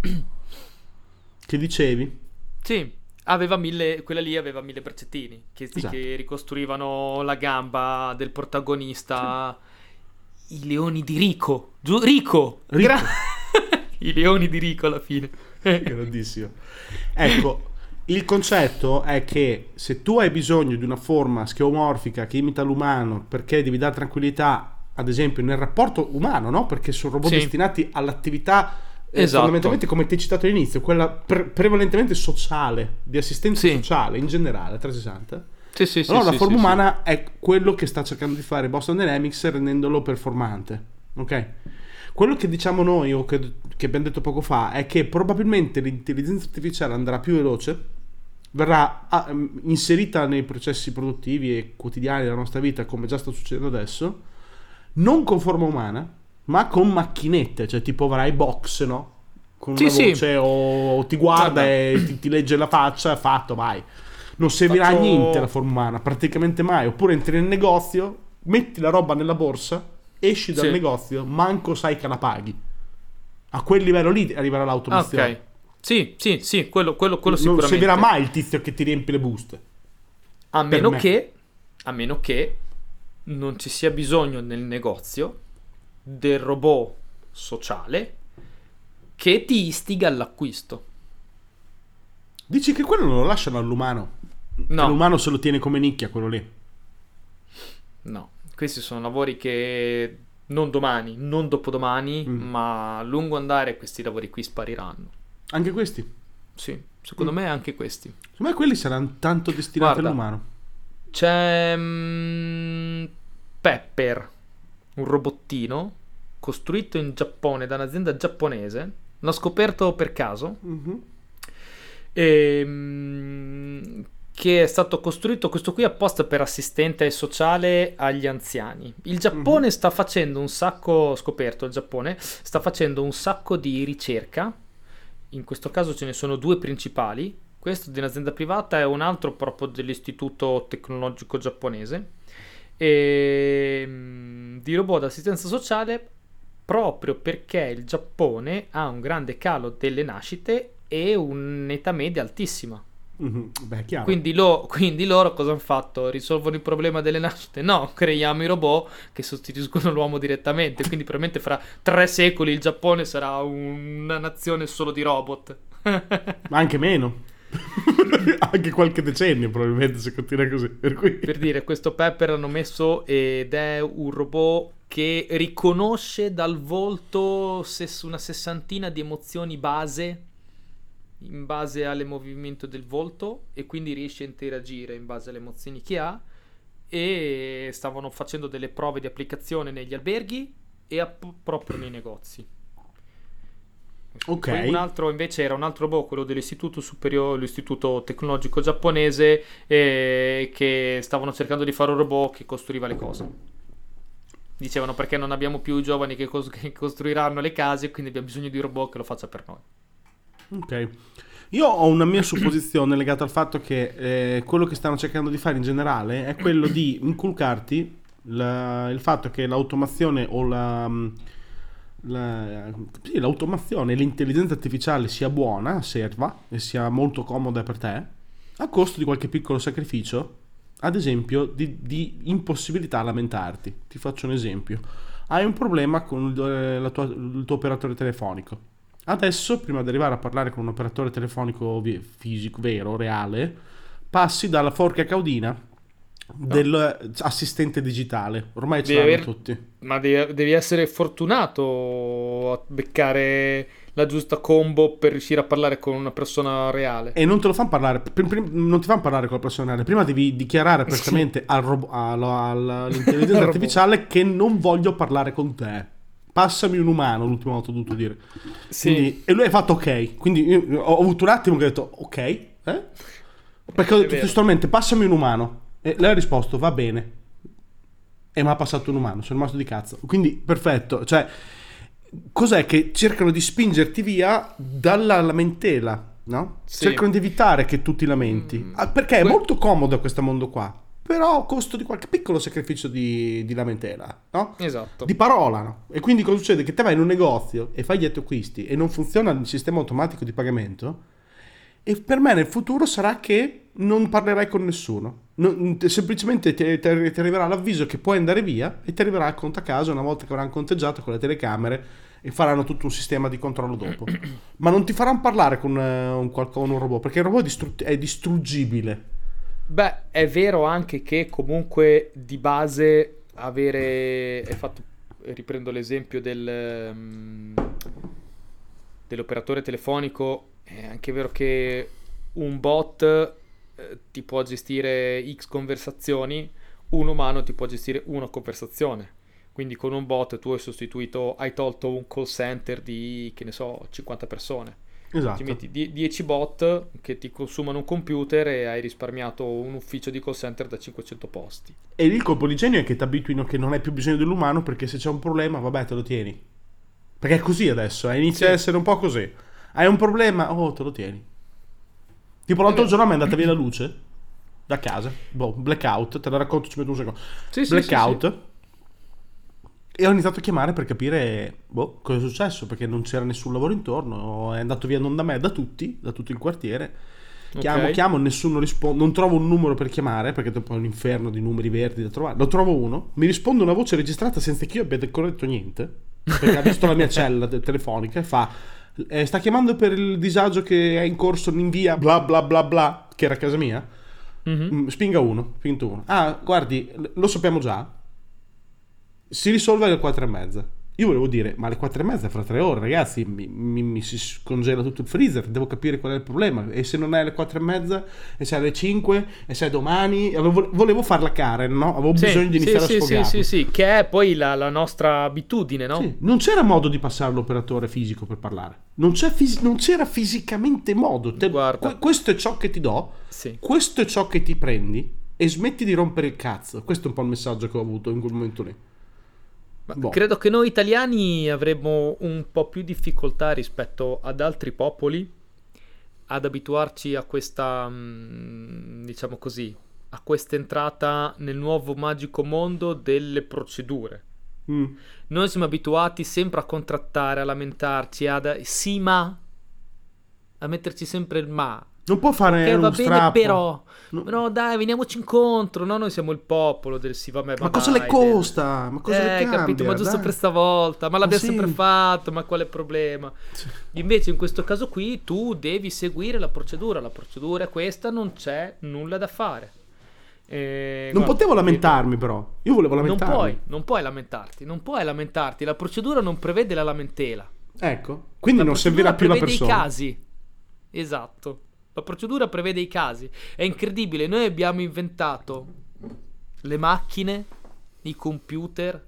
S1: che dicevi.
S2: Sì, aveva mille, quella lì aveva mille pezzettini che,
S1: Esatto.
S2: che ricostruivano la gamba del protagonista. I leoni di Rico. Giu- Rico.
S1: Rico.
S2: Gra- I leoni di Rico alla fine.
S1: Grandissimo. Ecco, il concetto è che se tu hai bisogno di una forma scheomorfica che imita l'umano perché devi dare tranquillità, ad esempio nel rapporto umano, no? Perché sono robot
S2: Sì.
S1: destinati all'attività eh,
S2: Esatto.
S1: fondamentalmente, come ti hai citato all'inizio, quella pre- prevalentemente sociale, di assistenza
S2: Sì.
S1: sociale in generale, trecentosessanta.
S2: Sì, sì, sì.
S1: Allora
S2: sì,
S1: la forma
S2: sì,
S1: umana è quello che sta cercando di fare Boston Dynamics rendendolo performante, ok? Quello che diciamo noi o che, che abbiamo detto poco fa è che probabilmente l'intelligenza artificiale andrà più veloce, verrà ah, ehm, inserita nei processi produttivi e quotidiani della nostra vita, come già sta succedendo adesso, non con forma umana ma con macchinette, cioè tipo avrai box, no? Con
S2: Sì,
S1: una
S2: sì.
S1: voce o ti guarda
S2: Guarda.
S1: e ti, ti legge la faccia, è fatto, vai. Non servirà a
S2: Faccio-
S1: niente la forma umana, praticamente mai. Oppure entri nel negozio, metti la roba nella borsa, esci dal
S2: Sì.
S1: negozio, manco sai che la paghi. A quel livello lì arriverà l'automazione.
S2: Ok. Sì, sì, sì, quello, quello, quello
S1: non
S2: sicuramente.
S1: servirà mai il tizio che ti riempie le buste.
S2: A meno
S1: me.
S2: che, a meno che non ci sia bisogno nel negozio del robot sociale che ti istiga all'acquisto.
S1: Dici che quello non lo lasciano all'umano.
S2: No.
S1: Che l'umano se lo tiene come nicchia, quello lì.
S2: No, questi sono lavori che non domani, non dopodomani,
S1: Mm.
S2: ma a lungo andare questi lavori qui spariranno.
S1: Anche questi.
S2: Sì, secondo
S1: Mm.
S2: me anche questi.
S1: Secondo me quelli saranno tanto destinati
S2: Guarda.
S1: all'umano.
S2: C'è mm, Pepper, un robottino costruito in Giappone da un'azienda giapponese. L'ho scoperto per caso.
S1: Mhm.
S2: ehm, che è stato costruito questo qui apposta per assistente sociale agli anziani. Il Giappone
S1: Mhm.
S2: sta facendo un sacco, ho scoperto il Giappone, sta facendo un sacco di ricerca. In questo caso ce ne sono due principali. Questo di un'azienda privata e un altro proprio dell'istituto tecnologico giapponese. E, mm, di robot d'assistenza sociale proprio perché il Giappone ha un grande calo delle nascite e un'età media altissima.
S1: Mhm. Beh, è chiaro.
S2: Quindi, lo- quindi loro cosa hanno fatto? Risolvono il problema delle nascite? No, creiamo i robot che sostituiscono l'uomo direttamente. Quindi probabilmente fra tre secoli il Giappone sarà una nazione solo di robot.
S1: Ma anche meno. Anche qualche decennio probabilmente se continua così. Per cui...
S2: Per dire, questo Pepper hanno messo ed è un robot che riconosce dal volto ses- una sessantina di emozioni base in base al movimento del volto e quindi riesce a interagire in base alle emozioni che ha. E stavano facendo delle prove di applicazione negli alberghi e app- proprio nei negozi.
S1: Ok.
S2: Poi un altro invece era un altro robot, quello dell'istituto superiore, l'istituto tecnologico giapponese, eh, che stavano cercando di fare un robot che costruiva le cose. Dicevano perché non abbiamo più i giovani che, cos- che costruiranno le case, quindi abbiamo bisogno di un robot che lo faccia per noi.
S1: Ok. Io ho una mia supposizione legata al fatto che eh, quello che stanno cercando di fare in generale è quello di inculcarti la- il fatto che l'automazione o la, la- sì, l'automazione e l'intelligenza artificiale sia buona, serva e sia molto comoda per te, a costo di qualche piccolo sacrificio, ad esempio di, di impossibilità a lamentarti. Ti faccio un esempio. Hai un problema con il, la tua- il tuo operatore telefonico. Adesso, prima di arrivare a parlare con un operatore telefonico vi- fisico, vero, reale, passi dalla forca caudina dell'assistente digitale. Ormai ce
S2: Devi
S1: l'hanno
S2: aver-
S1: tutti.
S2: Ma devi, devi essere fortunato a beccare la giusta combo per riuscire a parlare con una persona reale.
S1: E non te lo fanno parlare, prim- prim- non ti fanno parlare con la persona reale. Prima devi dichiarare apertamente al robo- al- al- all'intelligenza
S2: Al robot.
S1: artificiale che non voglio parlare con te. Passami un umano, l'ultima volta ho dovuto dire.
S2: Sì.
S1: Quindi- e lui ha fatto ok. Quindi io ho avuto un attimo che ho detto ok. Eh? Perché ho
S2: È
S1: detto
S2: vero.
S1: testualmente passami un umano. E lei ha risposto va bene. E mi ha passato un umano, sono rimasto di cazzo. Quindi perfetto. Cioè, cos'è che cercano di spingerti via dalla lamentela, no?
S2: Sì.
S1: Cercano di evitare che tu ti lamenti.
S2: Mm.
S1: Ah, perché è
S2: Que-
S1: molto comodo questo mondo qua. Però a costo di qualche piccolo sacrificio di, di lamentela, no?
S2: Esatto.
S1: Di parola, no? E quindi cosa succede? Che te vai in un negozio e fai gli acquisti e non funziona il sistema automatico di pagamento, e per me nel futuro sarà che non parlerai con nessuno. Non- semplicemente ti, ti- ti arriverà l'avviso che puoi andare via e ti arriverà il conto a casa una volta che avranno conteggiato con le telecamere e faranno tutto un sistema di controllo dopo. Ma non ti faranno parlare con eh, un, qualcuno, un robot, perché il robot è, distrut- è distruggibile.
S2: Beh, è vero anche che comunque di base avere... Hai fatto... Riprendo l'esempio del, mm, dell'operatore telefonico. È anche vero che un bot eh, ti può gestire X conversazioni, un umano ti può gestire una conversazione. Quindi con un bot tu hai sostituito, hai tolto un call center di, che ne so, cinquanta persone.
S1: Esatto.
S2: Ti metti die- dieci bot che ti consumano un computer e hai risparmiato un ufficio di call center da cinquecento posti.
S1: E lì il colpo di genio è che ti abituino che non hai più bisogno dell'umano, perché se c'è un problema, vabbè, te lo tieni. Perché è così adesso, eh, inizia
S2: Sì.
S1: a essere un po' così. Hai un problema, oh, te lo tieni. Tipo l'altro
S2: vero.
S1: giorno mi è andata via la luce da casa, boh, blackout, te la racconto, ci metto un secondo.
S2: Sì, sì,
S1: Blackout. E ho iniziato a chiamare per capire, boh, cosa è successo, perché non c'era nessun lavoro intorno, è andato via non da me, da tutti, da tutto il quartiere. Chiamo,
S2: Ok.
S1: chiamo, nessuno risponde, non trovo un numero per chiamare, perché dopo è un inferno di numeri verdi da trovare. Lo trovo uno, mi risponde una voce registrata senza che io abbia ancora detto niente, perché ha visto la mia cella te- telefonica e fa, eh, sta chiamando per il disagio che è in corso in via bla bla bla bla, che era a casa mia.
S2: Mhm.
S1: Mm, spinga uno, spinto uno. Ah, guardi, l- lo sappiamo già. Si risolve alle quattro e mezza. Io volevo dire, ma alle quattro e mezza fra tre ore, ragazzi, mi, mi- mi si scongela tutto il freezer, devo capire qual è il problema. E se non è alle quattro e mezza, e se è alle cinque, e se è domani, avevo- volevo farla Karen, no? Avevo
S2: Sì,
S1: bisogno di
S2: sì,
S1: iniziare
S2: sì,
S1: a
S2: sì,
S1: sfogarmi.
S2: sì, sì, che è poi la, la nostra abitudine, no?
S1: Sì, non c'era modo di passare l'operatore fisico per parlare. Non, c'è fisi- non c'era fisicamente modo. Te-
S2: Guarda.
S1: que- questo è ciò che ti do,
S2: Sì.
S1: questo è ciò che ti prendi, e smetti di rompere il cazzo. Questo è un po' il messaggio che ho avuto in quel momento lì.
S2: Ma
S1: Boh.
S2: credo che noi italiani avremmo un po' più difficoltà rispetto ad altri popoli ad abituarci a questa, mm, diciamo così, a questa entrata nel nuovo magico mondo delle procedure.
S1: Mm.
S2: Noi siamo abituati sempre a contrattare, a lamentarci, ad sì ma, a metterci sempre il ma.
S1: Non può fare
S2: Che
S1: uno
S2: va bene
S1: strappo.
S2: però,
S1: No.
S2: no dai, veniamoci incontro, no? Noi siamo il popolo del sì, vabbè,
S1: Ma cosa
S2: dai,
S1: le costa? Ma cosa
S2: eh,
S1: le cambia?
S2: capito, ma giusto
S1: Dai.
S2: per stavolta, ma l'abbiamo
S1: sì.
S2: sempre fatto, ma qual è il problema? Invece in questo caso qui tu devi seguire la procedura, la procedura è questa, non c'è nulla da fare. Eh,
S1: Non
S2: guarda,
S1: potevo
S2: ripeto,
S1: lamentarmi però. Io volevo
S2: Non
S1: lamentarmi.
S2: puoi, non puoi lamentarti, non puoi lamentarti, la procedura non prevede la lamentela.
S1: Ecco. Quindi
S2: La
S1: non
S2: procedura
S1: servirà più la
S2: prevede
S1: persona.
S2: i casi. Esatto. La procedura prevede i casi. È incredibile. Noi abbiamo inventato le macchine, i computer,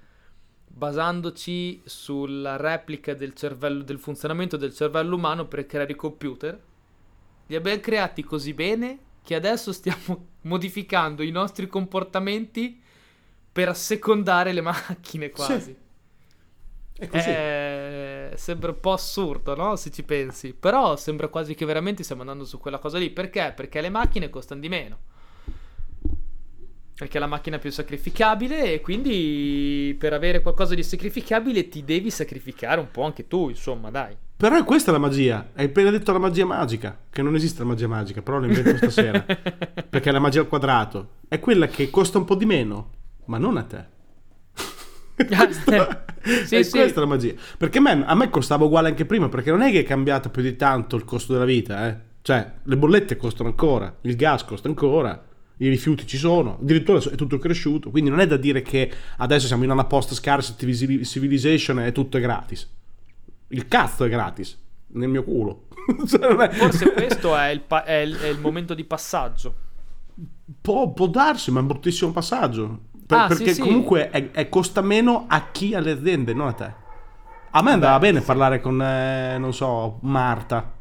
S2: basandoci sulla replica del cervello, del funzionamento del cervello umano per creare i computer. Li abbiamo creati così bene che adesso stiamo modificando i nostri comportamenti per assecondare le macchine quasi.
S1: Sì. È così.
S2: Eh, sembra un po' assurdo, no? Se ci pensi. Però sembra quasi che veramente stiamo andando su quella cosa lì. Perché? Perché le macchine costano di meno. Perché la macchina è più sacrificabile e quindi per avere qualcosa di sacrificabile ti devi sacrificare un po' anche tu, insomma, dai.
S1: Però è questa la magia. Hai appena detto la magia magica. Che non esiste la magia magica, però la invento stasera. Perché è la magia al quadrato. È quella che costa un po' di meno, ma non a te. Questa,
S2: sì,
S1: è
S2: sì.
S1: questa la magia. Perché a me, a me costava uguale anche prima, perché non è che è cambiato più di tanto il costo della vita, eh. Cioè, le bollette costano ancora, il gas costa ancora, i rifiuti ci sono, addirittura è tutto cresciuto, quindi non è da dire che adesso siamo in una post scarcity civilization e tutto è gratis. Il cazzo è gratis nel mio culo. Cioè, non è...
S2: Forse questo è il, pa- è, il, è il momento di passaggio.
S1: Può, può darsi, ma è un bruttissimo passaggio. Per,
S2: Ah,
S1: perché
S2: sì, sì.
S1: comunque è, è costa meno a chi ha le aziende, non a te. A me andava
S2: Beh,
S1: bene
S2: sì.
S1: parlare con, eh, non so, Marta.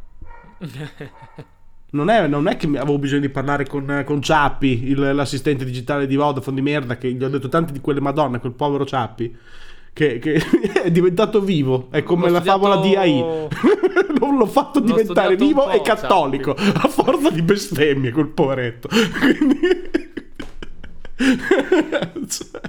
S1: Non è, non è che avevo bisogno di parlare con, con Ciappi, il- l'assistente digitale di Vodafone di merda, che gli ho detto tante di quelle madonne, quel povero Ciappi, che, che è diventato vivo. È come
S2: L'ho
S1: la favola di A I.
S2: studiato-
S1: Non l'ho fatto
S2: L'ho
S1: diventare
S2: studiato un
S1: vivo
S2: po',
S1: e cattolico a forza di bestemmie, quel poveretto. Quindi... cioè...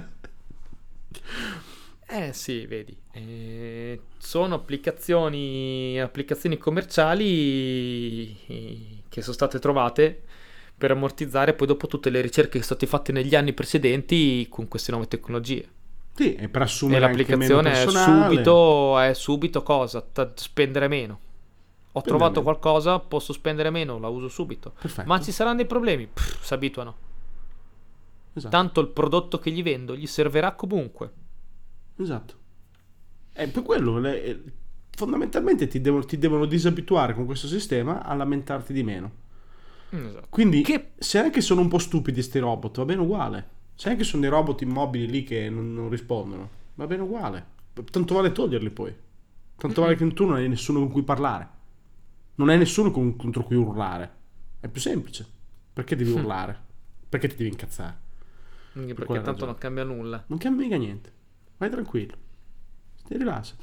S2: Eh sì, vedi, eh, sono applicazioni, applicazioni commerciali eh, che sono state trovate per ammortizzare poi dopo tutte le ricerche che sono state fatte negli anni precedenti con queste nuove tecnologie.
S1: Sì, e per
S2: E
S1: assumere anche meno
S2: l'applicazione è
S1: personale.
S2: subito, è subito cosa? Ta- spendere meno. Ho
S1: Spendere
S2: trovato
S1: meno.
S2: qualcosa, posso spendere meno, la uso subito.
S1: Perfetto.
S2: Ma ci saranno dei problemi? Pff, si abituano.
S1: Esatto.
S2: Tanto il prodotto che gli vendo gli servirà comunque.
S1: Esatto. E per quello le- fondamentalmente ti devono, ti devono disabituare con questo sistema a lamentarti di meno.
S2: Esatto.
S1: Quindi
S2: Che
S1: se anche sono un po' stupidi sti robot, va bene uguale. Se anche sono dei robot immobili lì che non, non rispondono, va bene uguale. Tanto vale toglierli poi. Tanto vale che tu non hai nessuno con cui parlare. Non hai nessuno con- contro cui urlare. È più semplice. Perché devi urlare? Perché ti devi incazzare?
S2: Perché
S1: quale
S2: tanto
S1: ragione?
S2: non cambia nulla.
S1: Non cambia mica niente. Vai tranquillo. Ti rilassa.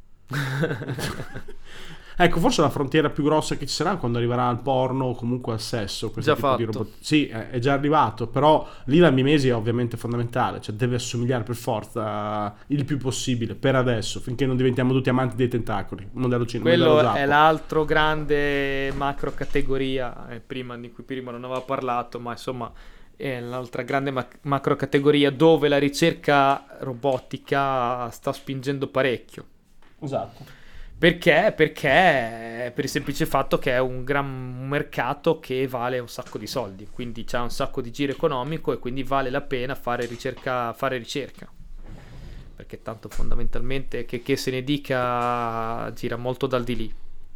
S1: Ecco, forse la frontiera più grossa che ci sarà quando arriverà al porno o comunque al sesso. Questo
S2: Già
S1: tipo di
S2: fatto.
S1: robot. Sì, è è già arrivato, però lì la mimesi è ovviamente fondamentale, cioè deve assomigliare per forza il più possibile per adesso, finché non diventiamo tutti amanti dei tentacoli. Modello cin-
S2: Quello
S1: modello
S2: è
S1: Giappo.
S2: l'altro grande macro categoria, eh, prima, di cui prima non aveva parlato, ma insomma è l'altra grande mac- macro categoria dove la ricerca robotica sta spingendo parecchio.
S1: Esatto.
S2: Perché? Perché per il semplice fatto che è un gran mercato che vale un sacco di soldi, quindi c'è un sacco di giro economico e quindi vale la pena fare ricerca, fare ricerca. Perché tanto fondamentalmente che, che se ne dica gira molto dal di lì.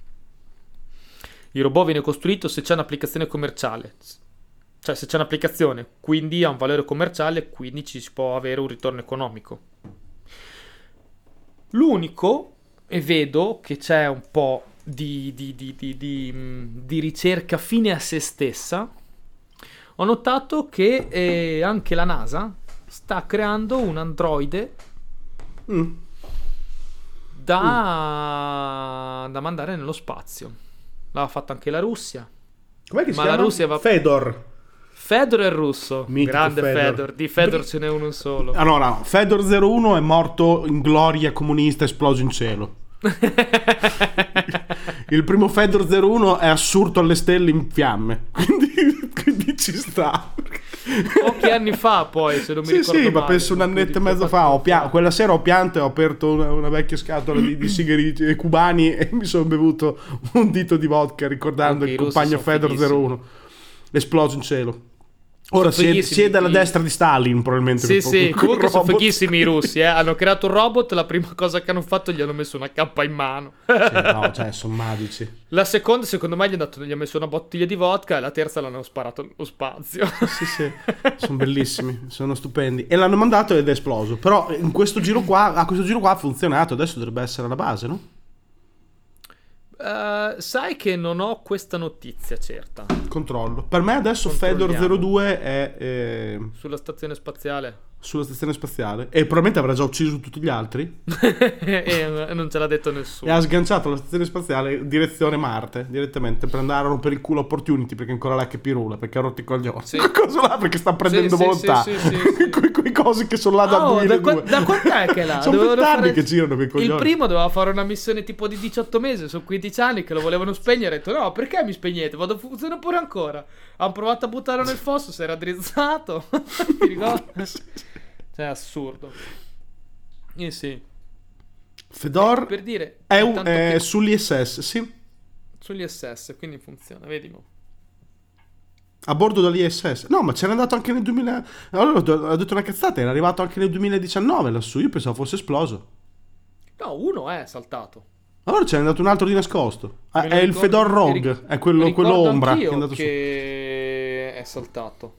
S2: Il robot viene costruito se c'è un'applicazione commerciale, cioè se c'è un'applicazione, quindi ha un valore commerciale, quindi ci si può avere un ritorno economico. L'unico, e vedo che c'è un po' di, di, di, di, di, mh, di ricerca fine a se stessa, ho notato che eh, anche la NASA sta creando un androide
S1: Mm.
S2: da, da mandare nello spazio. L'ha fatto anche la Russia.
S1: Com'è che si
S2: Ma la
S1: chiama?
S2: Russia va-
S1: Fedor.
S2: Fedor è il russo,
S1: Mitico
S2: grande
S1: Fedor.
S2: Fedor. Di Fedor ce n'è uno solo.
S1: Allora, Fedor zero uno è morto in gloria comunista esploso in cielo. Il primo Fedor zero uno è assurdo alle stelle in fiamme. Quindi, quindi ci sta.
S2: Pochi anni fa poi, se non mi
S1: Sì,
S2: ricordo
S1: sì, ma
S2: male,
S1: penso un
S2: di-
S1: annetto e
S2: di-
S1: mezzo fa. Ho pia- quella sera ho pianto e ho aperto una, una vecchia scatola di, di sigari cubani e mi sono bevuto un dito di vodka ricordando
S2: Anche
S1: il
S2: i russi
S1: compagno
S2: sono
S1: Fedor
S2: fighissimi.
S1: zero uno esploso in cielo. Ora
S2: Sono
S1: si è,
S2: fighissimi,
S1: si è dalla
S2: i-
S1: destra di Stalin probabilmente.
S2: Sì,
S1: quel-
S2: sì,
S1: quel
S2: comunque sono
S1: robot.
S2: fighissimi i russi, eh. Hanno creato un robot, la prima cosa che hanno fatto gli hanno messo una cappa in mano.
S1: Sì, no, cioè, sono magici.
S2: La seconda, secondo me, gli hanno, dato, gli ha messo una bottiglia di vodka e la terza l'hanno sparato nello spazio.
S1: Sì, sì, sono bellissimi, sono stupendi. E l'hanno mandato ed è esploso. Però in questo giro qua, a questo giro qua ha funzionato. Adesso dovrebbe essere la base, no?
S2: Eh, sai che non ho questa notizia certa
S1: Controllo. Per me adesso Fedor
S2: Controlliamo.
S1: zero due è... eh,
S2: sulla stazione spaziale.
S1: sulla stazione spaziale e probabilmente avrà già ucciso tutti gli altri
S2: e non ce l'ha detto nessuno.
S1: e ha sganciato la stazione spaziale direzione Marte direttamente per andare a rompere il culo Opportunity, perché ancora là che pirula, perché ha rotto i coglioni.
S2: Sì.
S1: Cosa là, perché sta prendendo
S2: Sì, sì,
S1: volontà.
S2: sì, sì, sì, sì.
S1: quei, quei cosi che sono là da
S2: Oh, da,
S1: duemiladue.
S2: qua- da quant'è che è là?
S1: Sono
S2: Dovevano
S1: vent'anni
S2: fare-
S1: che girano quei coglioni.
S2: Il primo doveva fare una missione tipo di diciotto mesi, sono quindici anni che lo volevano spegnere. Ha detto no, perché mi spegnete? Vado, funziona pure ancora. Hanno provato a buttarlo nel fosso, si era drizzato. Ti ricordi? Cioè, assurdo. Eh sì.
S1: Fedor
S2: Per dire,
S1: è, un-
S2: intanto
S1: è
S2: che-
S1: sull'I S S, sì,
S2: sugli S S, quindi funziona, vedi mo.
S1: a bordo dell'I S S. No, ma c'era andato anche nel duemila. Allora ho detto una cazzata, era arrivato anche nel duemiladiciannove lassù. Io pensavo fosse esploso.
S2: No, uno è saltato.
S1: Allora c'è andato un altro di nascosto. Ah,
S2: Me lo
S1: è il
S2: ricordo-
S1: Fedor
S2: mi
S1: Rogue,
S2: ric-
S1: è quello,
S2: mi
S1: quello
S2: ricordo
S1: ombra che
S2: anch'io
S1: è andato su.
S2: che è saltato.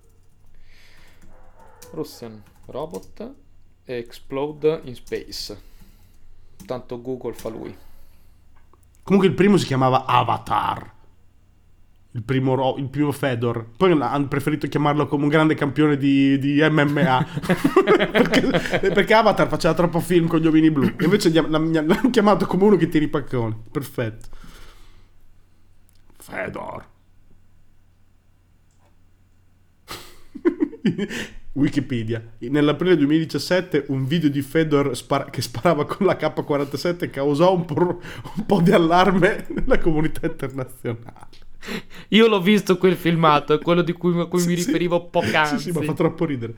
S2: Russian robot explode in space. Tanto Google fa lui.
S1: Comunque il primo si chiamava Avatar. Il primo, ro- il primo Fedor. Poi hanno preferito chiamarlo come un grande campione di, di M M A. perché, perché Avatar faceva troppo film con gli uomini blu. E invece gli ha- l'hanno chiamato come uno che tira i pacconi. Perfetto. Fedor. Wikipedia. Nell'aprile duemiladiciassette un video di Fedor spara- che sparava con la K quarantasette causò un po', un po' di allarme nella comunità internazionale.
S2: Io l'ho visto quel filmato, è quello di cui, a cui
S1: Sì,
S2: mi
S1: sì.
S2: riferivo poc'anzi.
S1: Sì, sì, ma fa troppo ridere.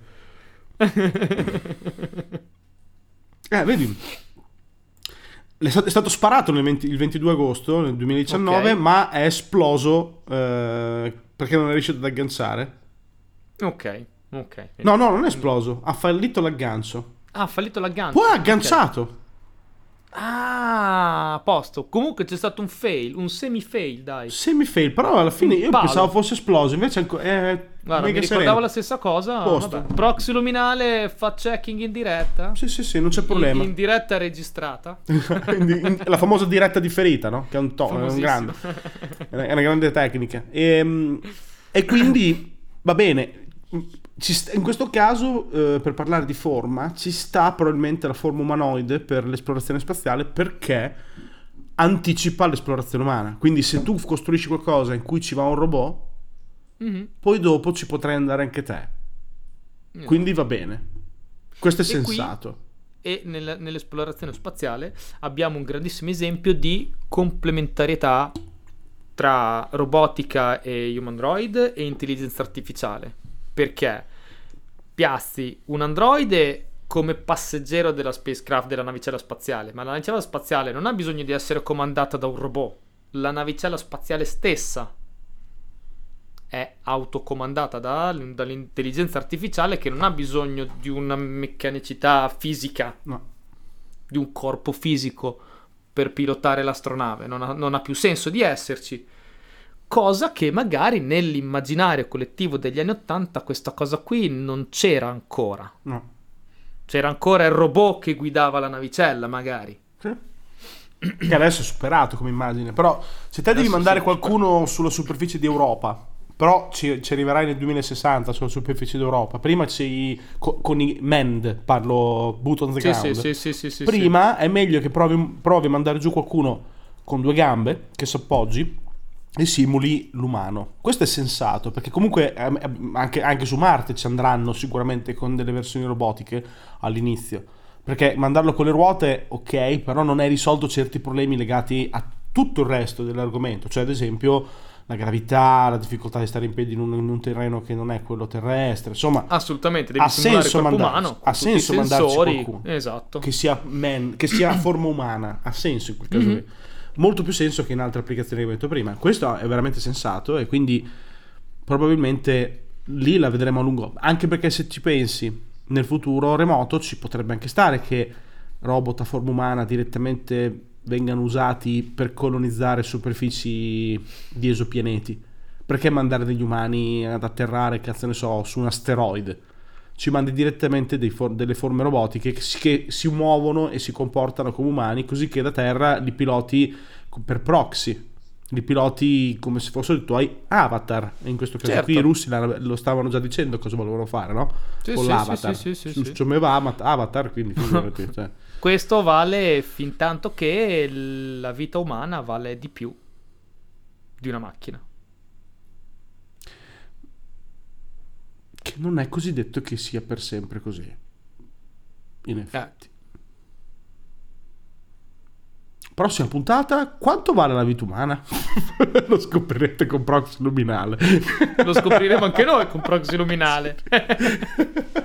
S1: Eh, vedi. È stato, è stato sparato nel venti il ventidue agosto nel duemiladiciannove,
S2: Ok.
S1: ma è esploso eh, perché non è riuscito ad agganciare.
S2: Ok, ok.
S1: No, no, non è esploso. Ha fallito l'aggancio.
S2: Ah, ha fallito l'aggancio.
S1: Poi ha
S2: Ok.
S1: agganciato.
S2: Ah, a posto. Comunque c'è stato un fail, un semi-fail, dai.
S1: Semi-fail, però alla fine
S2: Un
S1: io
S2: palo.
S1: pensavo fosse esploso. Invece è anco- è
S2: Guarda,
S1: mega
S2: mi ricordavo
S1: sereno.
S2: la stessa cosa.
S1: Posto.
S2: Vabbè. Proxy luminale fa checking in diretta.
S1: Sì, sì, sì, non c'è problema.
S2: In, in diretta registrata.
S1: In- in- la famosa diretta differita, no? Che è un tono, è un
S2: Famosissimo.
S1: grande. È una grande tecnica. E, e quindi va bene. Ci sta- in questo caso, eh, per parlare di forma, ci sta probabilmente la forma umanoide per l'esplorazione spaziale, perché anticipa l'esplorazione umana. Quindi se tu costruisci qualcosa in cui ci va un robot,
S2: Mhm.
S1: poi dopo ci potrai andare anche te. Quindi va bene. Questo è
S2: E qui-
S1: sensato.
S2: E nel- nell'esplorazione spaziale abbiamo un grandissimo esempio di complementarietà tra robotica e humanoid e intelligenza artificiale. Perché piazzi un androide come passeggero della spacecraft, della navicella spaziale, ma la navicella spaziale non ha bisogno di essere comandata da un robot. La navicella spaziale stessa è autocomandata da- dall'intelligenza artificiale, che non ha bisogno di una meccanicità fisica,
S1: No.
S2: di un corpo fisico per pilotare l'astronave. Non ha, non ha più senso di esserci. Cosa che magari nell'immaginario collettivo degli anni Ottanta questa cosa qui non c'era ancora.
S1: No.
S2: C'era ancora il robot che guidava la navicella, magari.
S1: Sì. Che adesso è superato come immagine. Però se te devi
S2: Adesso
S1: mandare
S2: sì,
S1: qualcuno sulla superficie di Europa, però ci, ci arriverai nel duemilasessanta sulla superficie d'Europa. Prima ci co- con i mend, parlo boot on the
S2: Sì,
S1: ground.
S2: sì, sì, sì, sì, sì,
S1: Prima è meglio che provi, provi a mandare giù qualcuno con due gambe che si appoggi e simuli l'umano. Questo è sensato, perché comunque eh, anche, anche su Marte ci andranno sicuramente con delle versioni robotiche all'inizio, perché mandarlo con le ruote ok, però non hai risolto certi problemi legati a tutto il resto dell'argomento, cioè ad esempio la gravità, la difficoltà di stare in piedi in un, in un terreno che non è quello terrestre, insomma.
S2: Assolutamente, devi
S1: Ha
S2: simulare il
S1: senso
S2: corpo
S1: mandarci-
S2: umano,
S1: ha
S2: con tutti i
S1: senso mandarci
S2: sensori.
S1: qualcuno
S2: Esatto.
S1: che sia man, che sia forma umana, ha senso in quel caso
S2: Mhm.
S1: lì. Molto più senso che in altre applicazioni che ho detto prima. Questo è veramente sensato e quindi probabilmente lì la vedremo a lungo, anche perché se ci pensi nel futuro remoto ci potrebbe anche stare che robot a forma umana direttamente vengano usati per colonizzare superfici di esopianeti. Perché mandare degli umani ad atterrare, cazzo ne so, su un asteroide? Ci mandi direttamente dei for- delle forme robotiche che si, che si muovono e si comportano come umani, così che da terra li piloti per proxy. li piloti come se fossero i tuoi avatar. E in questo caso
S2: Certo.
S1: qui i russi la- lo stavano già dicendo cosa volevano fare, no?
S2: Sì,
S1: Con
S2: sì,
S1: l'avatar.
S2: sì, sì, sì,
S1: Su
S2: sì.
S1: Ciomeva Avatar, quindi figurati, cioè.
S2: Questo vale fin tanto che la vita umana vale di più di una macchina.
S1: Che non è così detto che sia per sempre così. In effetti. Prossima puntata, quanto vale la vita umana? Lo scoprirete con Proxy Luminale.
S2: Lo scopriremo anche noi con Proxy Luminale.